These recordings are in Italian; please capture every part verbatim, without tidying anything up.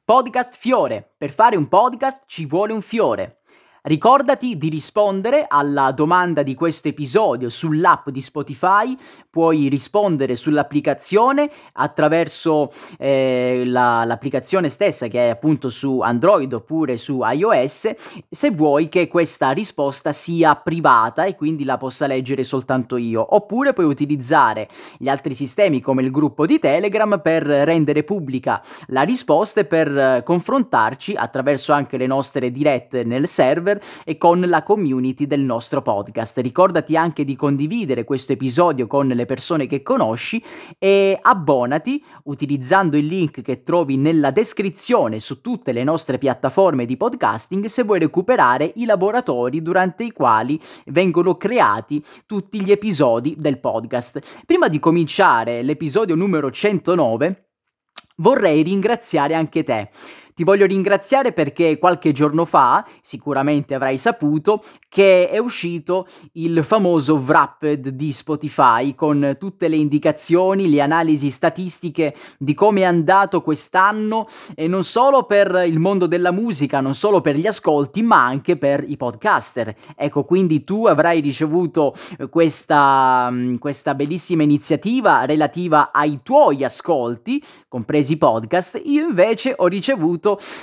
Podcast fiore. Per fare un podcast ci vuole un fiore. Ricordati di rispondere alla domanda di questo episodio sull'app di Spotify, puoi rispondere sull'applicazione attraverso eh, la, l'applicazione stessa che è appunto su Android oppure su iOS, se vuoi che questa risposta sia privata e quindi la possa leggere soltanto io, oppure puoi utilizzare gli altri sistemi come il gruppo di Telegram per rendere pubblica la risposta e per eh, confrontarci attraverso anche le nostre dirette nel server e con la community del nostro podcast. Ricordati anche di condividere questo episodio con le persone che conosci e abbonati utilizzando il link che trovi nella descrizione su tutte le nostre piattaforme di podcasting se vuoi recuperare i laboratori durante i quali vengono creati tutti gli episodi del podcast. Prima di cominciare l'episodio numero centonove vorrei ringraziare anche te. Ti voglio ringraziare perché qualche giorno fa, sicuramente avrai saputo, che è uscito il famoso Wrapped di Spotify con tutte le indicazioni, le analisi statistiche di come è andato quest'anno e non solo per il mondo della musica, non solo per gli ascolti, ma anche per i podcaster. Ecco, quindi tu avrai ricevuto questa, questa bellissima iniziativa relativa ai tuoi ascolti, compresi i podcast. Io invece ho ricevuto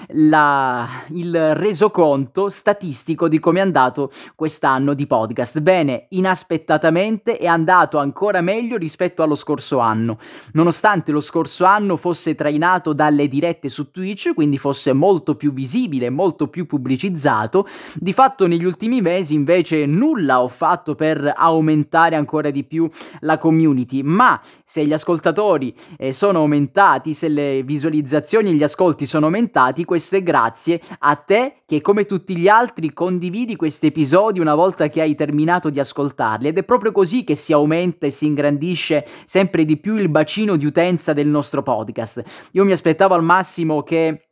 La, il resoconto statistico di come è andato quest'anno di podcast. Bene, inaspettatamente è andato ancora meglio rispetto allo scorso anno, nonostante lo scorso anno fosse trainato dalle dirette su Twitch, quindi fosse molto più visibile, molto più pubblicizzato. Di fatto negli ultimi mesi invece nulla ho fatto per aumentare ancora di più la community, ma se gli ascoltatori eh, sono aumentati, se le visualizzazioni e gli ascolti sono aumentati, questo è grazie a te che, come tutti gli altri, condividi questi episodi una volta che hai terminato di ascoltarli, ed è proprio così che si aumenta e si ingrandisce sempre di più il bacino di utenza del nostro podcast. Io mi aspettavo al massimo che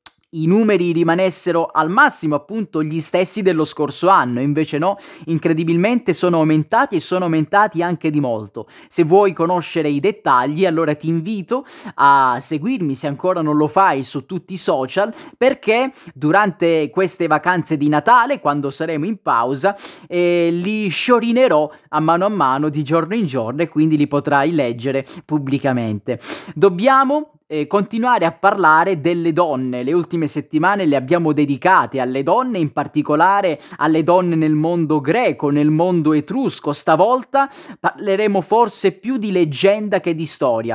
i numeri rimanessero al massimo appunto gli stessi dello scorso anno, invece no, incredibilmente sono aumentati e sono aumentati anche di molto. Se vuoi conoscere i dettagli, allora ti invito a seguirmi, se ancora non lo fai, su tutti i social, perché durante queste vacanze di Natale, quando saremo in pausa, eh, li sciorinerò a mano a mano, di giorno in giorno, e quindi li potrai leggere pubblicamente. Dobbiamo Eh, continuare a parlare delle donne. Le ultime settimane le abbiamo dedicate alle donne, in particolare alle donne nel mondo greco, nel mondo etrusco. Stavolta parleremo forse più di leggenda che di storia.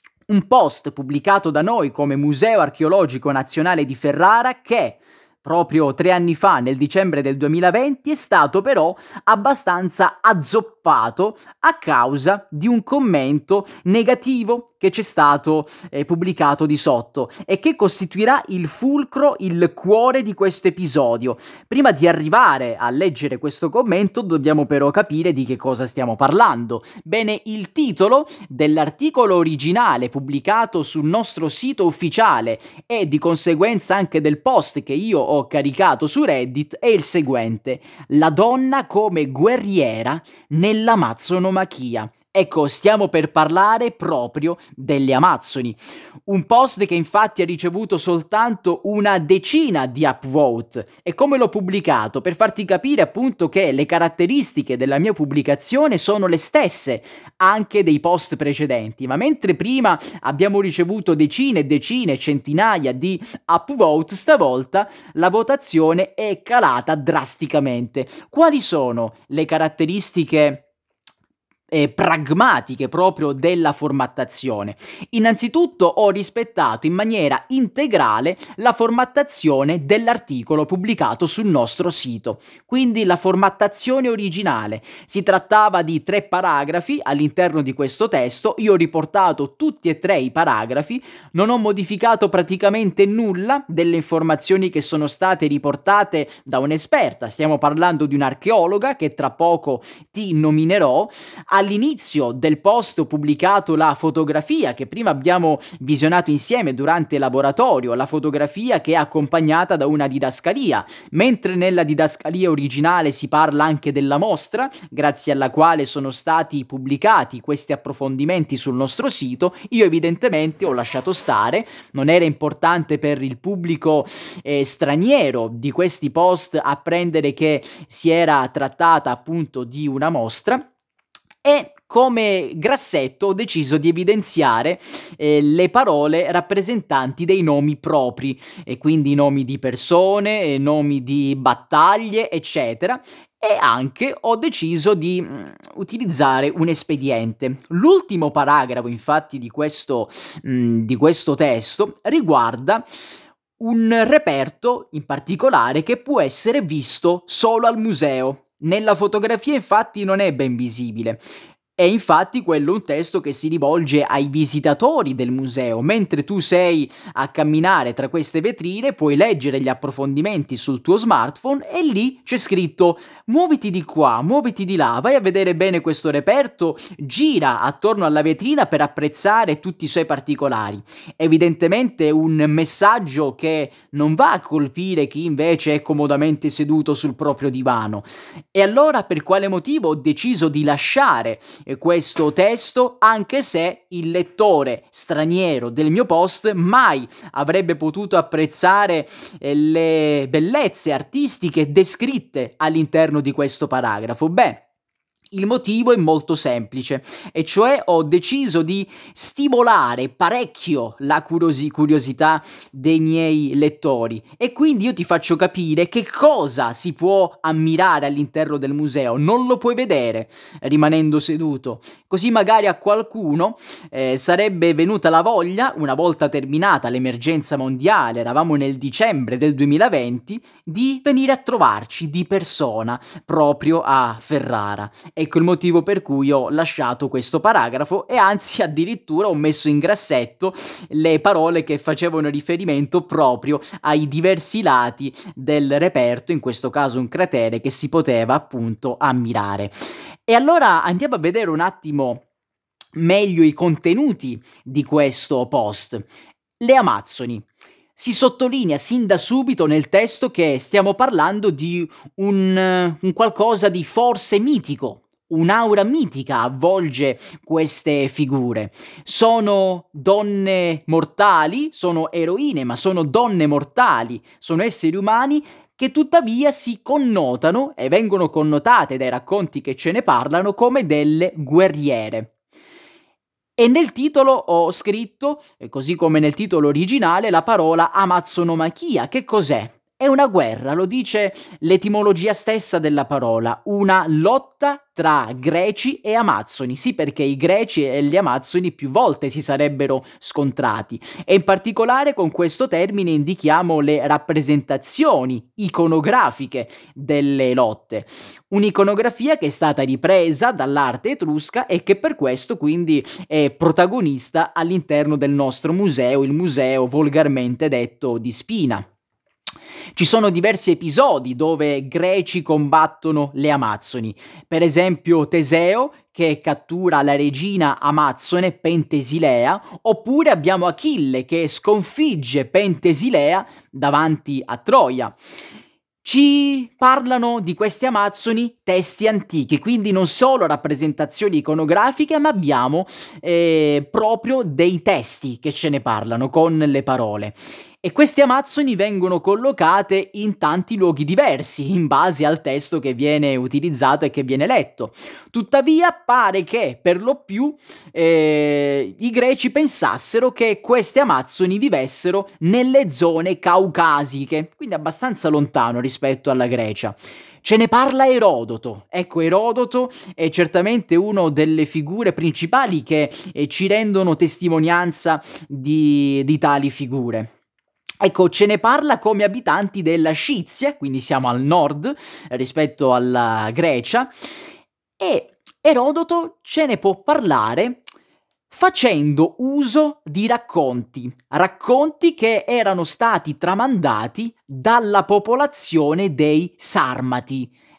Un post pubblicato da noi come Museo Archeologico Nazionale di Ferrara che, proprio tre anni fa, nel dicembre del duemilaventi, è stato però abbastanza azzoppato a causa di un commento negativo che c'è stato eh, pubblicato di sotto e che costituirà il fulcro, il cuore di questo episodio. Prima di arrivare a leggere questo commento dobbiamo però capire di che cosa stiamo parlando. Bene, il titolo dell'articolo originale pubblicato sul nostro sito ufficiale e di conseguenza anche del post che io ho caricato su Reddit è il seguente: la donna come guerriera nell'amazzonomachia. Ecco, stiamo per parlare proprio delle Amazzoni. Un post che infatti ha ricevuto soltanto una decina di upvote. E come l'ho pubblicato? Per farti capire appunto che le caratteristiche della mia pubblicazione sono le stesse anche dei post precedenti, ma mentre prima abbiamo ricevuto decine e decine, centinaia di upvote, stavolta la votazione è calata drasticamente. Quali sono le caratteristiche Eh, pragmatiche proprio della formattazione? Innanzitutto ho rispettato in maniera integrale la formattazione dell'articolo pubblicato sul nostro sito, quindi la formattazione originale. Si trattava di tre paragrafi all'interno di questo testo, io ho riportato tutti e tre i paragrafi, non ho modificato praticamente nulla delle informazioni che sono state riportate da un'esperta, stiamo parlando di un'archeologa che tra poco ti nominerò. All'inizio del post ho pubblicato la fotografia che prima abbiamo visionato insieme durante il laboratorio, la fotografia che è accompagnata da una didascalia, mentre nella didascalia originale si parla anche della mostra, grazie alla quale sono stati pubblicati questi approfondimenti sul nostro sito. Io evidentemente ho lasciato stare, non era importante per il pubblico eh, straniero di questi post apprendere che si era trattata appunto di una mostra. E come grassetto ho deciso di evidenziare eh, le parole rappresentanti dei nomi propri, e quindi nomi di persone, eh, nomi di battaglie, eccetera. E anche ho deciso di mh, utilizzare un espediente. L'ultimo paragrafo, infatti, di questo, mh, di questo testo riguarda un reperto in particolare che può essere visto solo al museo. Nella fotografia infatti non è ben visibile. È infatti quello un testo che si rivolge ai visitatori del museo. Mentre tu sei a camminare tra queste vetrine, puoi leggere gli approfondimenti sul tuo smartphone e lì c'è scritto: muoviti di qua, muoviti di là, vai a vedere bene questo reperto, gira attorno alla vetrina per apprezzare tutti i suoi particolari. Evidentemente un messaggio che non va a colpire chi invece è comodamente seduto sul proprio divano. E allora per quale motivo ho deciso di lasciare questo testo, anche se il lettore straniero del mio post mai avrebbe potuto apprezzare eh, le bellezze artistiche descritte all'interno di questo paragrafo? Beh, il motivo è molto semplice, e cioè ho deciso di stimolare parecchio la curiosi- curiosità dei miei lettori, e quindi io ti faccio capire che cosa si può ammirare all'interno del museo. Non lo puoi vedere rimanendo seduto, così magari a qualcuno eh, sarebbe venuta la voglia, una volta terminata l'emergenza mondiale, eravamo nel dicembre del duemilaventi, di venire a trovarci di persona proprio a Ferrara. Ecco il motivo per cui ho lasciato questo paragrafo, e anzi addirittura ho messo in grassetto le parole che facevano riferimento proprio ai diversi lati del reperto, in questo caso un cratere che si poteva appunto ammirare. E allora andiamo a vedere un attimo meglio i contenuti di questo post. Le Amazzoni. Si sottolinea sin da subito nel testo che stiamo parlando di un, un qualcosa di forse mitico. Un'aura mitica avvolge queste figure. Sono donne mortali, sono eroine, ma sono donne mortali, sono esseri umani che tuttavia si connotano e vengono connotate dai racconti che ce ne parlano come delle guerriere. E nel titolo ho scritto, eh, così come nel titolo originale, la parola amazzonomachia. Che cos'è? È una guerra, lo dice l'etimologia stessa della parola, una lotta tra greci e amazzoni. Sì, perché i greci e gli amazzoni più volte si sarebbero scontrati, e in particolare con questo termine indichiamo le rappresentazioni iconografiche delle lotte. Un'iconografia che è stata ripresa dall'arte etrusca e che per questo quindi è protagonista all'interno del nostro museo, il museo volgarmente detto di Spina. Ci sono diversi episodi dove greci combattono le Amazzoni, per esempio Teseo che cattura la regina amazzone Pentesilea, oppure abbiamo Achille che sconfigge Pentesilea davanti a Troia. Ci parlano di questi amazzoni testi antichi, quindi non solo rappresentazioni iconografiche, ma abbiamo eh, proprio dei testi che ce ne parlano con le parole. E questi amazzoni vengono collocate in tanti luoghi diversi, in base al testo che viene utilizzato e che viene letto. Tuttavia pare che per lo più eh, i greci pensassero che queste amazzoni vivessero nelle zone caucasiche, quindi abbastanza lontano rispetto alla Grecia. Ce ne parla Erodoto. Ecco, Erodoto è certamente una delle figure principali che eh, ci rendono testimonianza di, di tali figure. Ecco, ce ne parla come abitanti della Scizia, quindi siamo al nord eh, rispetto alla Grecia, e Erodoto ce ne può parlare facendo uso di racconti, racconti che erano stati tramandati dalla popolazione dei Sarmati.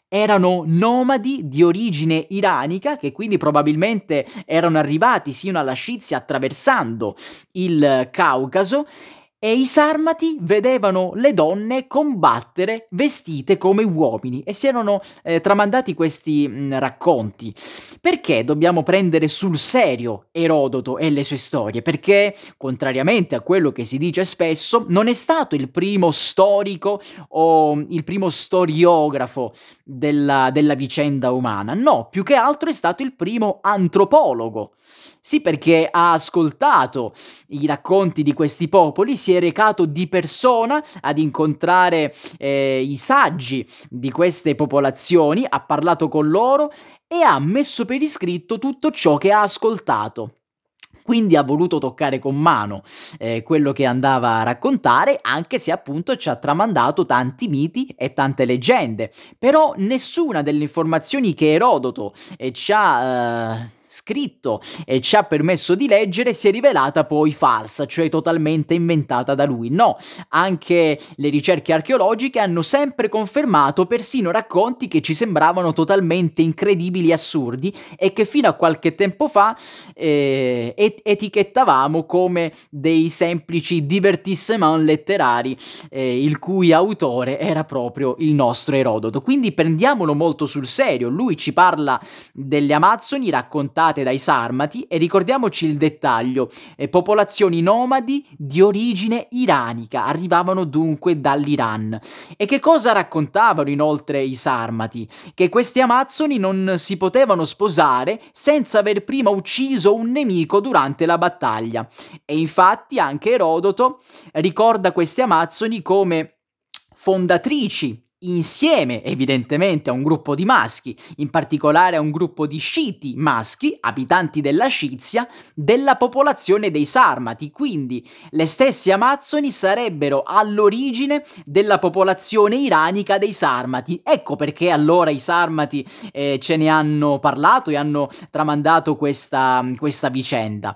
erano nomadi di origine iranica, che quindi probabilmente erano arrivati sino alla Scizia attraversando il Caucaso, e i Sarmati vedevano le donne combattere vestite come uomini e si erano eh, tramandati questi mh, racconti. Perché dobbiamo prendere sul serio Erodoto e le sue storie? Perché, contrariamente a quello che si dice spesso, non è stato il primo storico o il primo storiografo della, della vicenda umana. No, più che altro è stato il primo antropologo. Sì, perché ha ascoltato i racconti di questi popoli, si è recato di persona ad incontrare eh, i saggi di queste popolazioni, ha parlato con loro e ha messo per iscritto tutto ciò che ha ascoltato. Quindi ha voluto toccare con mano eh, quello che andava a raccontare, anche se appunto ci ha tramandato tanti miti e tante leggende. Però nessuna delle informazioni che Erodoto eh, ci ha eh, scritto e ci ha permesso di leggere si è rivelata poi falsa, cioè totalmente inventata da lui. No, anche le ricerche archeologiche hanno sempre confermato persino racconti che ci sembravano totalmente incredibili e assurdi e che fino a qualche tempo fa eh, et- etichettavamo come dei semplici divertissement letterari, eh, il cui autore era proprio il nostro Erodoto. Quindi prendiamolo molto sul serio. Lui ci parla delle Amazzoni raccontate dai Sarmati e ricordiamoci il dettaglio: eh, popolazioni nomadi di origine iranica, arrivavano dunque dall'Iran. E che cosa raccontavano inoltre i Sarmati? Che questi Amazzoni non si potevano sposare senza aver prima ucciso un nemico durante la battaglia. E infatti anche Erodoto ricorda queste Amazzoni come fondatrici, insieme evidentemente a un gruppo di maschi, in particolare a un gruppo di sciiti maschi, abitanti della Scizia, della popolazione dei Sarmati. Quindi le stesse Amazzoni sarebbero all'origine della popolazione iranica dei Sarmati. Ecco perché allora i Sarmati eh, ce ne hanno parlato e hanno tramandato questa, questa vicenda.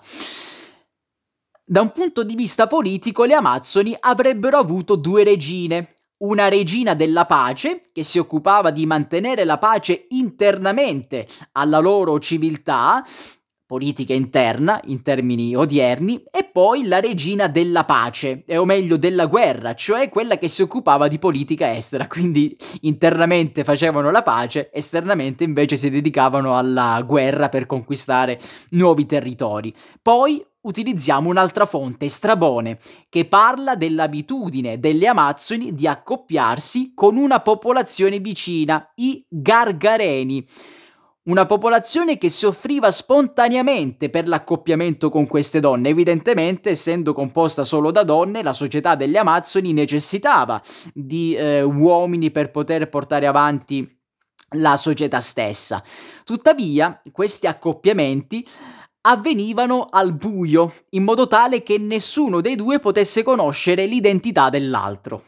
Da un punto di vista politico, le Amazzoni avrebbero avuto due regine. Una regina della pace, che si occupava di mantenere la pace internamente alla loro civiltà, politica interna in termini odierni, e poi la regina della pace, o meglio della guerra, cioè quella che si occupava di politica estera, quindi internamente facevano la pace, esternamente invece si dedicavano alla guerra per conquistare nuovi territori. Poi utilizziamo un'altra fonte, Strabone, che parla dell'abitudine delle Amazzoni di accoppiarsi con una popolazione vicina, i Gargareni. Una popolazione che si offriva spontaneamente per l'accoppiamento con queste donne. Evidentemente, essendo composta solo da donne, la società delle Amazzoni necessitava di eh, uomini per poter portare avanti la società stessa. Tuttavia, questi accoppiamenti avvenivano al buio, in modo tale che nessuno dei due potesse conoscere l'identità dell'altro.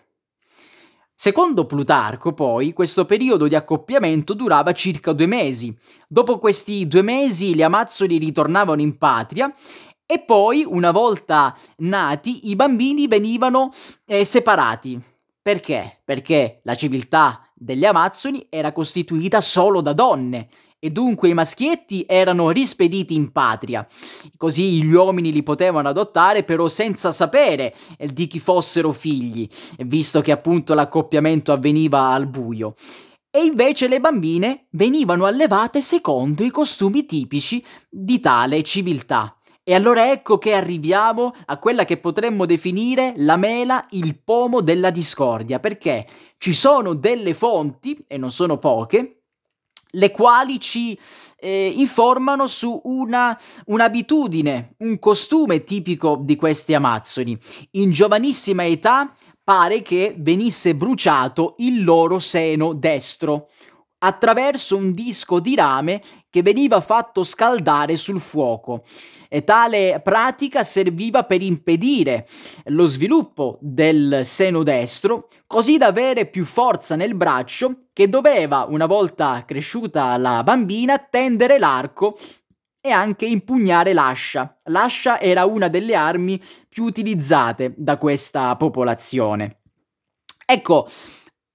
Secondo Plutarco, poi, questo periodo di accoppiamento durava circa due mesi. Dopo questi due mesi le Amazzoni ritornavano in patria e poi, una volta nati, i bambini venivano eh, separati. Perché? Perché la civiltà delle Amazzoni era costituita solo da donne e dunque i maschietti erano rispediti in patria. Così gli uomini li potevano adottare, però senza sapere eh, di chi fossero figli, visto che appunto l'accoppiamento avveniva al buio. E invece le bambine venivano allevate secondo i costumi tipici di tale civiltà. E allora ecco che arriviamo a quella che potremmo definire la mela, il pomo della discordia, perché ci sono delle fonti, e non sono poche, le quali ci eh, informano su una un'abitudine, un costume tipico di questi Amazzoni. In giovanissima età pare che venisse bruciato il loro seno destro attraverso un disco di rame che veniva fatto scaldare sul fuoco. E tale pratica serviva per impedire lo sviluppo del seno destro, così da avere più forza nel braccio che doveva, una volta cresciuta la bambina, tendere l'arco e anche impugnare l'ascia. L'ascia era una delle armi più utilizzate da questa popolazione. Ecco,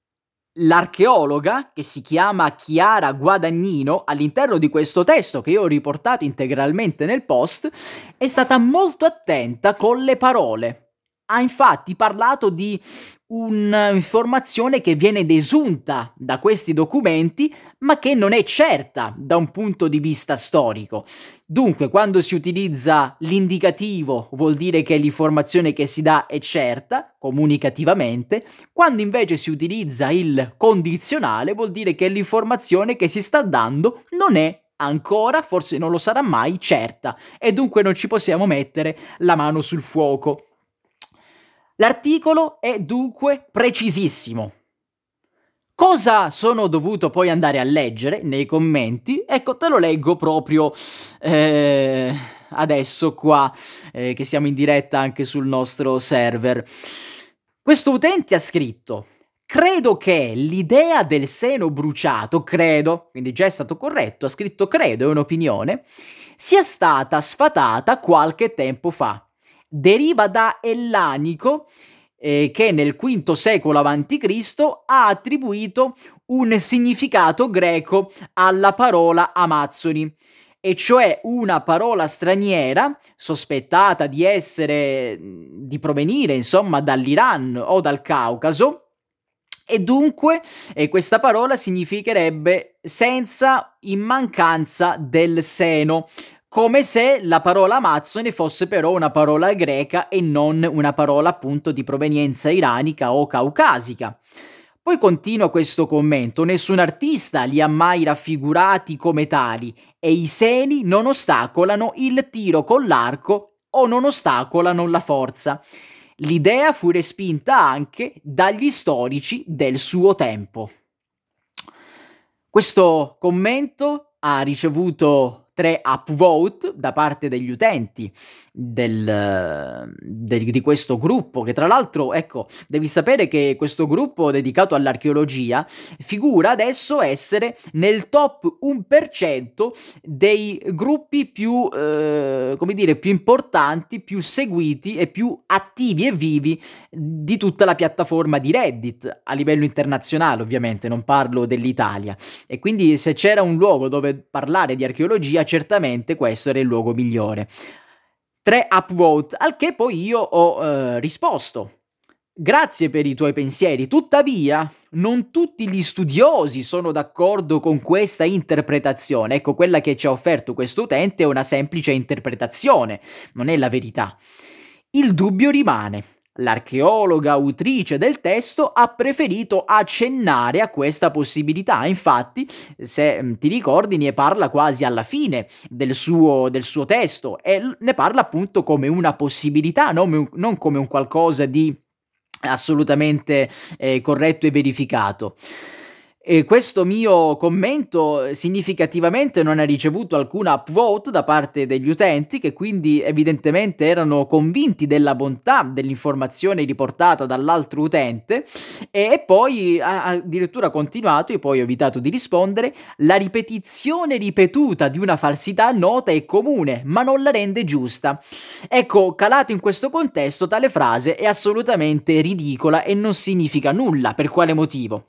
L'archeologa, che si chiama Chiara Guadagnino, all'interno di questo testo che io ho riportato integralmente nel post, è stata molto attenta con le parole. Ha infatti parlato di un'informazione che viene desunta da questi documenti, ma che non è certa da un punto di vista storico. Dunque, quando si utilizza l'indicativo, vuol dire che l'informazione che si dà è certa, comunicativamente. Quando invece si utilizza il condizionale, vuol dire che l'informazione che si sta dando non è ancora, forse non lo sarà mai, certa, e dunque non ci possiamo mettere la mano sul fuoco. L'articolo è dunque precisissimo. Cosa sono dovuto poi andare a leggere nei commenti? Ecco, te lo leggo proprio eh, adesso qua, eh, che siamo in diretta anche sul nostro server. Questo utente ha scritto: credo che l'idea del seno bruciato, credo, quindi già è stato corretto, ha scritto credo, è un'opinione, sia stata sfatata qualche tempo fa. Deriva da Ellanico, eh, che nel quinto secolo avanti Cristo ha attribuito un significato greco alla parola amazzoni, e cioè una parola straniera sospettata di essere, di provenire insomma dall'Iran o dal Caucaso, e dunque eh, questa parola significherebbe senza, in mancanza del seno, come se la parola amazzone fosse però una parola greca e non una parola appunto di provenienza iranica o caucasica. Poi continua questo commento: nessun artista li ha mai raffigurati come tali e i seni non ostacolano il tiro con l'arco o non ostacolano la forza. L'idea fu respinta anche dagli storici del suo tempo. Questo commento ha ricevuto tre upvote da parte degli utenti del, del, di questo gruppo, che tra l'altro, ecco, devi sapere che questo gruppo dedicato all'archeologia figura adesso essere nel top uno per cento dei gruppi più, eh, come dire, più importanti, più seguiti e più attivi e vivi di tutta la piattaforma di Reddit, a livello internazionale ovviamente, non parlo dell'Italia. E quindi se c'era un luogo dove parlare di archeologia, certamente questo era il luogo migliore. Tre upvote, al che poi io ho eh, risposto: grazie per i tuoi pensieri, tuttavia non tutti gli studiosi sono d'accordo con questa interpretazione. Ecco, quella che ci ha offerto questo utente è una semplice interpretazione, non è la verità. Il dubbio rimane. L'archeologa autrice del testo ha preferito accennare a questa possibilità. Infatti, se ti ricordi, ne parla quasi alla fine del suo, del suo testo, e ne parla appunto come una possibilità, non, non come un qualcosa di assolutamente eh, corretto e verificato. E questo mio commento significativamente non ha ricevuto alcun upvote da parte degli utenti, che quindi evidentemente erano convinti della bontà dell'informazione riportata dall'altro utente, e poi ha addirittura continuato, e poi ho evitato di rispondere: la ripetizione ripetuta di una falsità nota è comune, ma non la rende giusta. Ecco, calato in questo contesto, tale frase è assolutamente ridicola e non significa nulla. Per quale motivo?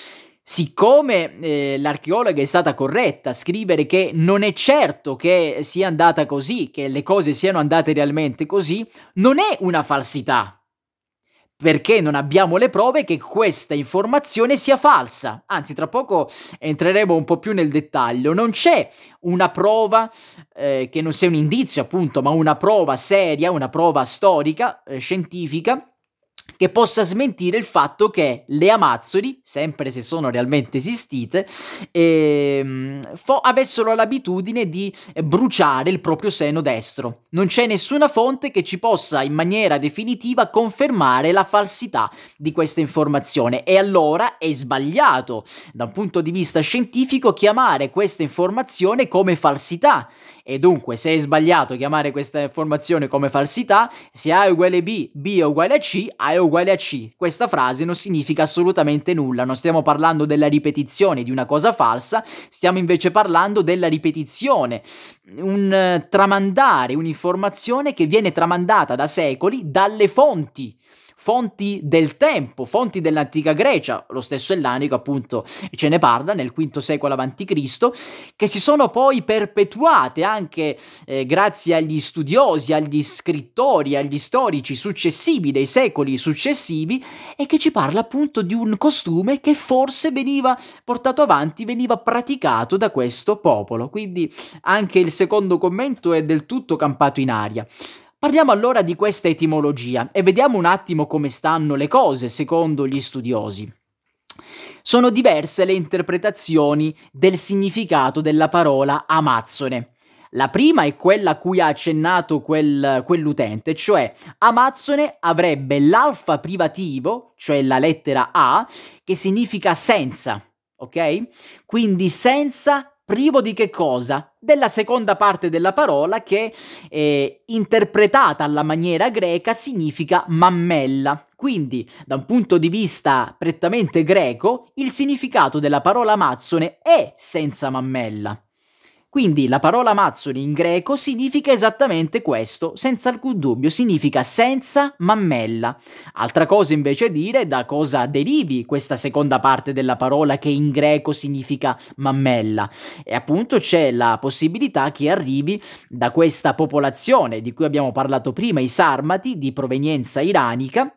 Siccome eh, l'archeologa è stata corretta a scrivere che non è certo che sia andata così, che le cose siano andate realmente così, non è una falsità, perché non abbiamo le prove che questa informazione sia falsa. Anzi, tra poco entreremo un po' più nel dettaglio. Non c'è una prova eh, che non sia un indizio, appunto, ma una prova seria, una prova storica, eh, scientifica, che possa smentire il fatto che le Amazzoni, sempre se sono realmente esistite, ehm, fo- avessero l'abitudine di bruciare il proprio seno destro. Non c'è nessuna fonte che ci possa in maniera definitiva confermare la falsità di questa informazione, e allora è sbagliato da un punto di vista scientifico chiamare questa informazione come falsità. E dunque, se è sbagliato chiamare questa informazione come falsità, se A è uguale a B, B è uguale a C, A è uguale a C. Questa frase non significa assolutamente nulla. Non stiamo parlando della ripetizione di una cosa falsa, stiamo invece parlando della ripetizione, un uh, tramandare un'informazione che viene tramandata da secoli dalle fonti fonti del tempo, fonti dell'antica Grecia, lo stesso ellenico appunto ce ne parla nel quinto secolo avanti Cristo, che si sono poi perpetuate anche eh, grazie agli studiosi, agli scrittori, agli storici successivi dei secoli successivi, e che ci parla appunto di un costume che forse veniva portato avanti, veniva praticato da questo popolo. Quindi anche il secondo commento è del tutto campato in aria. Parliamo allora di questa etimologia e vediamo un attimo come stanno le cose secondo gli studiosi. Sono diverse le interpretazioni del significato della parola amazzone. La prima è quella a cui ha accennato quel, quell'utente, cioè amazzone avrebbe l'alfa privativo, cioè la lettera A, che significa senza, ok? Quindi senza, privo di che cosa? Della seconda parte della parola che, eh, interpretata alla maniera greca, significa mammella. Quindi, da un punto di vista prettamente greco, il significato della parola amazzone è senza mammella. Quindi la parola amazzone in greco significa esattamente questo, senza alcun dubbio, significa senza mammella. Altra cosa invece è dire da cosa derivi questa seconda parte della parola che in greco significa mammella. E appunto c'è la possibilità che arrivi da questa popolazione di cui abbiamo parlato prima, i Sarmati, di provenienza iranica,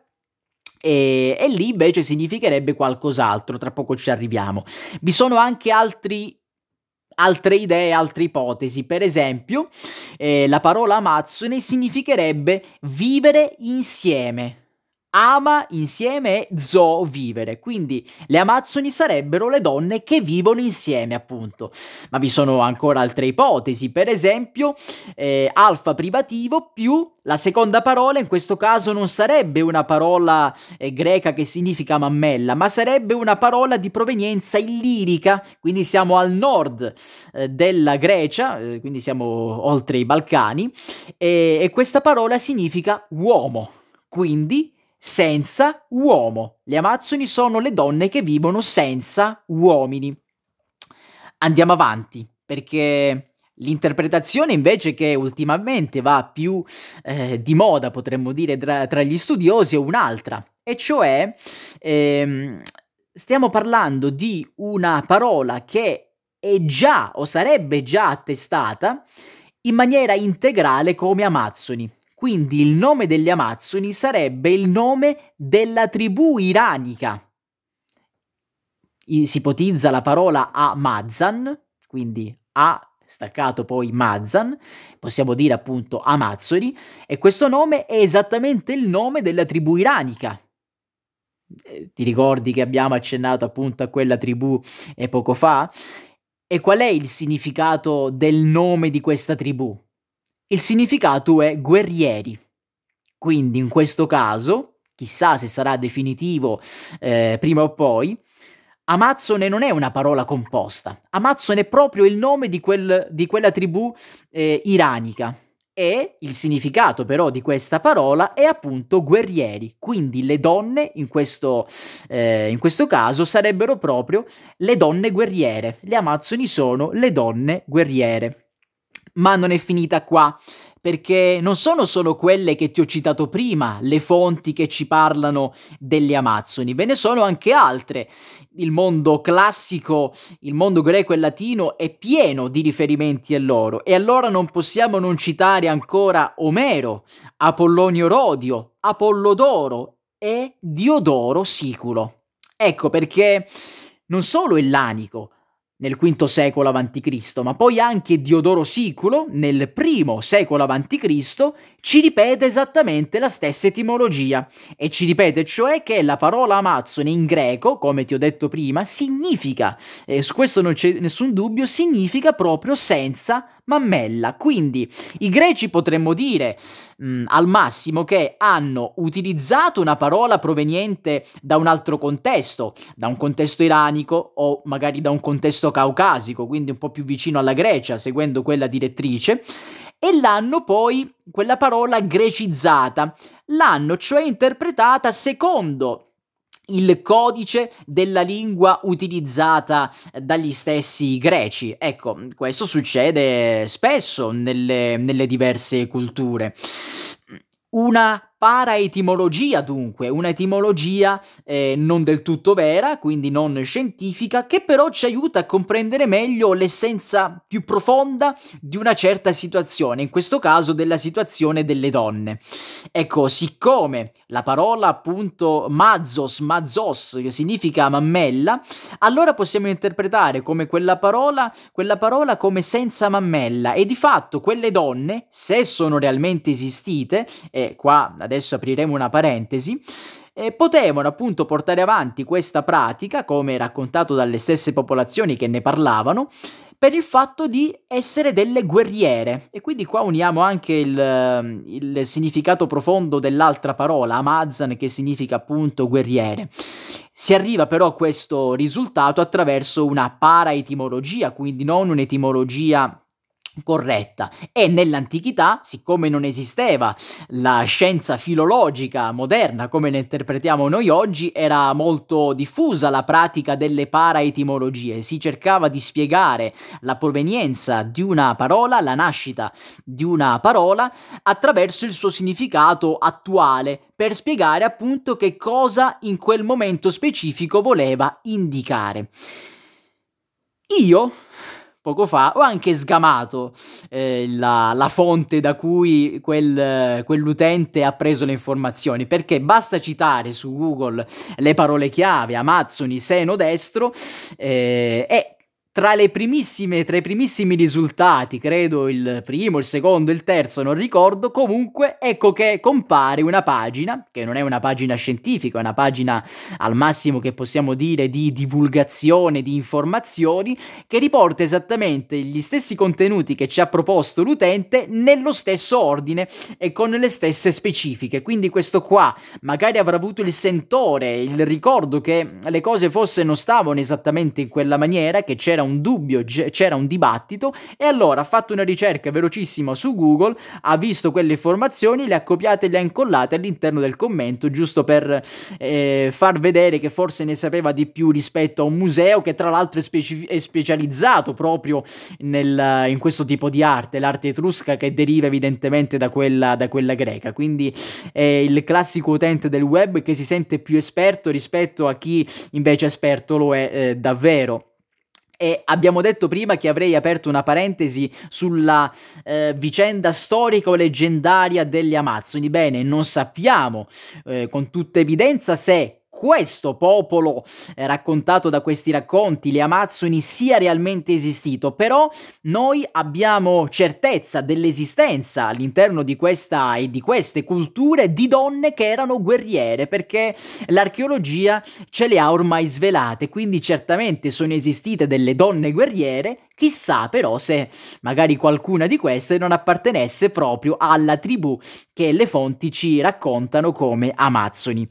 e, e lì invece significherebbe qualcos'altro, tra poco ci arriviamo. Vi sono anche altri altre idee, altre ipotesi. Per esempio, eh, la parola amazzone significherebbe vivere insieme. Ama insieme e zo vivere, quindi le amazzoni sarebbero le donne che vivono insieme, appunto. Ma vi sono ancora altre ipotesi, per esempio eh, alfa privativo più la seconda parola, in questo caso non sarebbe una parola eh, greca che significa mammella, ma sarebbe una parola di provenienza illirica, quindi siamo al nord eh, della Grecia, eh, quindi siamo oltre i Balcani, e, e questa parola significa uomo, quindi senza uomo. Le amazzoni sono le donne che vivono senza uomini. Andiamo avanti, perché l'interpretazione invece che ultimamente va più eh, di moda, potremmo dire, tra, tra gli studiosi è un'altra, e cioè ehm, stiamo parlando di una parola che è già o sarebbe già attestata in maniera integrale come amazzoni. Quindi il nome degli amazzoni sarebbe il nome della tribù iranica. I, si ipotizza la parola Amazan, quindi A staccato poi Mazan, possiamo dire appunto Amazzoni, e questo nome è esattamente il nome della tribù iranica. Eh, ti ricordi che abbiamo accennato appunto a quella tribù eh, poco fa? E qual è il significato del nome di questa tribù? Il significato è guerrieri. Quindi in questo caso, chissà se sarà definitivo eh, prima o poi, Amazzone non è una parola composta. Amazzone è proprio il nome di, quel, di quella tribù eh, iranica. E il significato però di questa parola è appunto guerrieri. Quindi le donne in questo, eh, in questo caso sarebbero proprio le donne guerriere. Le Amazzoni sono le donne guerriere. Ma non è finita qua, perché non sono solo quelle che ti ho citato prima, le fonti che ci parlano delle Amazzoni, ve ne sono anche altre. Il mondo classico, il mondo greco e latino è pieno di riferimenti a loro, e allora non possiamo non citare ancora Omero, Apollonio Rodio, Apollodoro e Diodoro Siculo. Ecco perché non solo il lanico nel quinto secolo avanti Cristo, ma poi anche Diodoro Siculo, nel primo secolo avanti Cristo, ci ripete esattamente la stessa etimologia, e ci ripete cioè che la parola amazzone in greco, come ti ho detto prima, significa, e su questo non c'è nessun dubbio, significa proprio senza mammella. Quindi i greci potremmo dire mh, al massimo che hanno utilizzato una parola proveniente da un altro contesto, da un contesto iranico o magari da un contesto caucasico, quindi un po' più vicino alla Grecia, seguendo quella direttrice, e l'hanno poi, quella parola, grecizzata, l'hanno cioè interpretata secondo il codice della lingua utilizzata dagli stessi greci. Ecco, questo succede spesso nelle, nelle diverse culture. Una paraetimologia dunque, una etimologia eh, non del tutto vera, quindi non scientifica, che però ci aiuta a comprendere meglio l'essenza più profonda di una certa situazione, in questo caso della situazione delle donne. Ecco, siccome la parola appunto mazos, mazos, che significa mammella, allora possiamo interpretare come quella parola, quella parola come senza mammella, e di fatto quelle donne, se sono realmente esistite, e qua adesso apriremo una parentesi, eh, potevano appunto portare avanti questa pratica, come raccontato dalle stesse popolazioni che ne parlavano, per il fatto di essere delle guerriere. E quindi qua uniamo anche il, il significato profondo dell'altra parola, Amazan, che significa appunto guerriere. Si arriva però a questo risultato attraverso una paraetimologia, quindi non un'etimologia corretta. E nell'antichità, siccome non esisteva la scienza filologica moderna come la interpretiamo noi oggi, era molto diffusa la pratica delle paraetimologie. Si cercava di spiegare la provenienza di una parola, la nascita di una parola, attraverso il suo significato attuale, per spiegare appunto che cosa in quel momento specifico voleva indicare. Io poco fa ho anche sgamato eh, la, la fonte da cui quel, quell'utente ha preso le informazioni, perché basta citare su Google le parole chiave Amazzoni, seno destro eh, e tra le primissime, tra i primissimi risultati, credo il primo, il secondo, il terzo, non ricordo, comunque ecco che compare una pagina, che non è una pagina scientifica, è una pagina al massimo che possiamo dire di divulgazione di informazioni, che riporta esattamente gli stessi contenuti che ci ha proposto l'utente nello stesso ordine e con le stesse specifiche. Quindi questo qua magari avrà avuto il sentore, il ricordo che le cose forse non stavano esattamente in quella maniera, che c'era un dubbio, c'era un dibattito, e allora ha fatto una ricerca velocissima su Google, ha visto quelle informazioni, le ha copiate e le ha incollate all'interno del commento, giusto per eh, far vedere che forse ne sapeva di più rispetto a un museo che tra l'altro è, speci- è specializzato proprio nel, in questo tipo di arte, l'arte etrusca, che deriva evidentemente da quella, da quella greca. Quindi è il classico utente del web che si sente più esperto rispetto a chi invece esperto lo è eh, davvero. E abbiamo detto prima che avrei aperto una parentesi sulla eh, vicenda storico-leggendaria delle Amazzoni. Bene, non sappiamo eh, con tutta evidenza se questo popolo eh, raccontato da questi racconti, le Amazzoni, sia realmente esistito, però noi abbiamo certezza dell'esistenza all'interno di questa e di queste culture di donne che erano guerriere, perché l'archeologia ce le ha ormai svelate, quindi certamente sono esistite delle donne guerriere. Chissà però se magari qualcuna di queste non appartenesse proprio alla tribù che le fonti ci raccontano come Amazzoni.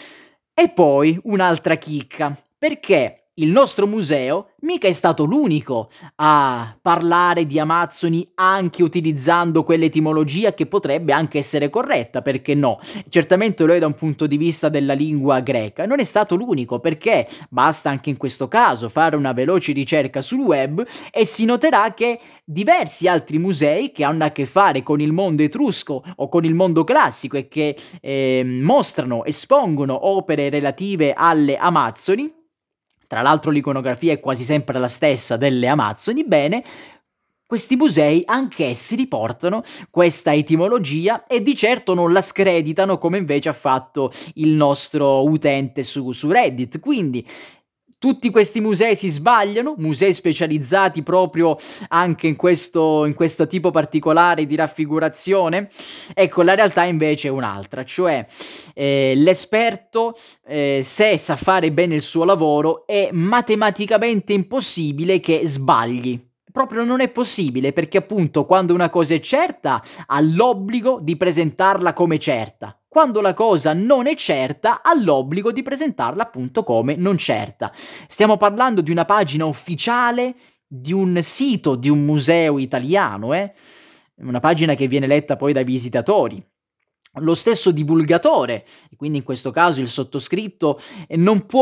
E poi un'altra chicca, perché il nostro museo mica è stato l'unico a parlare di Amazzoni anche utilizzando quell'etimologia che potrebbe anche essere corretta, perché no? Certamente lo è da un punto di vista della lingua greca, non è stato l'unico, perché basta anche in questo caso fare una veloce ricerca sul web e si noterà che diversi altri musei che hanno a che fare con il mondo etrusco o con il mondo classico e che eh, mostrano, espongono opere relative alle Amazzoni. Tra l'altro l'iconografia è quasi sempre la stessa delle Amazzoni. Bene, questi musei anch'essi riportano questa etimologia e di certo non la screditano come invece ha fatto il nostro utente su, su Reddit. Quindi tutti questi musei si sbagliano, musei specializzati proprio anche in questo, in questo tipo particolare di raffigurazione? Ecco, la realtà invece è un'altra, cioè eh, l'esperto, eh, se sa fare bene il suo lavoro, è matematicamente impossibile che sbagli. Proprio non è possibile, perché appunto quando una cosa è certa ha l'obbligo di presentarla come certa. Quando la cosa non è certa ha l'obbligo di presentarla appunto come non certa. Stiamo parlando di una pagina ufficiale di un sito di un museo italiano, eh? Una pagina che viene letta poi dai visitatori. Lo stesso divulgatore, quindi in questo caso il sottoscritto, non può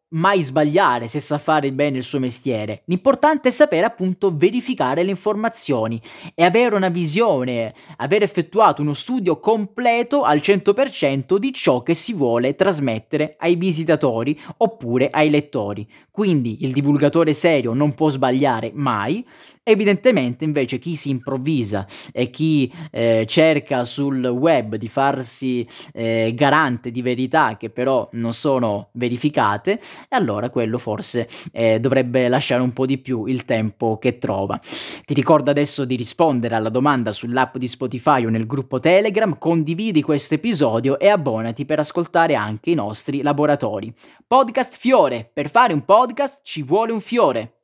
mai sbagliare se sa fare bene il suo mestiere. L'importante è sapere appunto verificare le informazioni e avere una visione, aver effettuato uno studio completo al cento per cento di ciò che si vuole trasmettere ai visitatori oppure ai lettori. Quindi il divulgatore serio non può sbagliare mai. Evidentemente invece chi si improvvisa e chi eh, cerca sul web di farsi eh, garante di verità che però non sono verificate, e allora quello forse eh, dovrebbe lasciare un po' di più il tempo che trova. Ti ricordo adesso di rispondere alla domanda sull'app di Spotify o nel gruppo Telegram, condividi questo episodio e abbonati per ascoltare anche i nostri laboratori. Podcast Fiore, per fare un podcast ci vuole un fiore.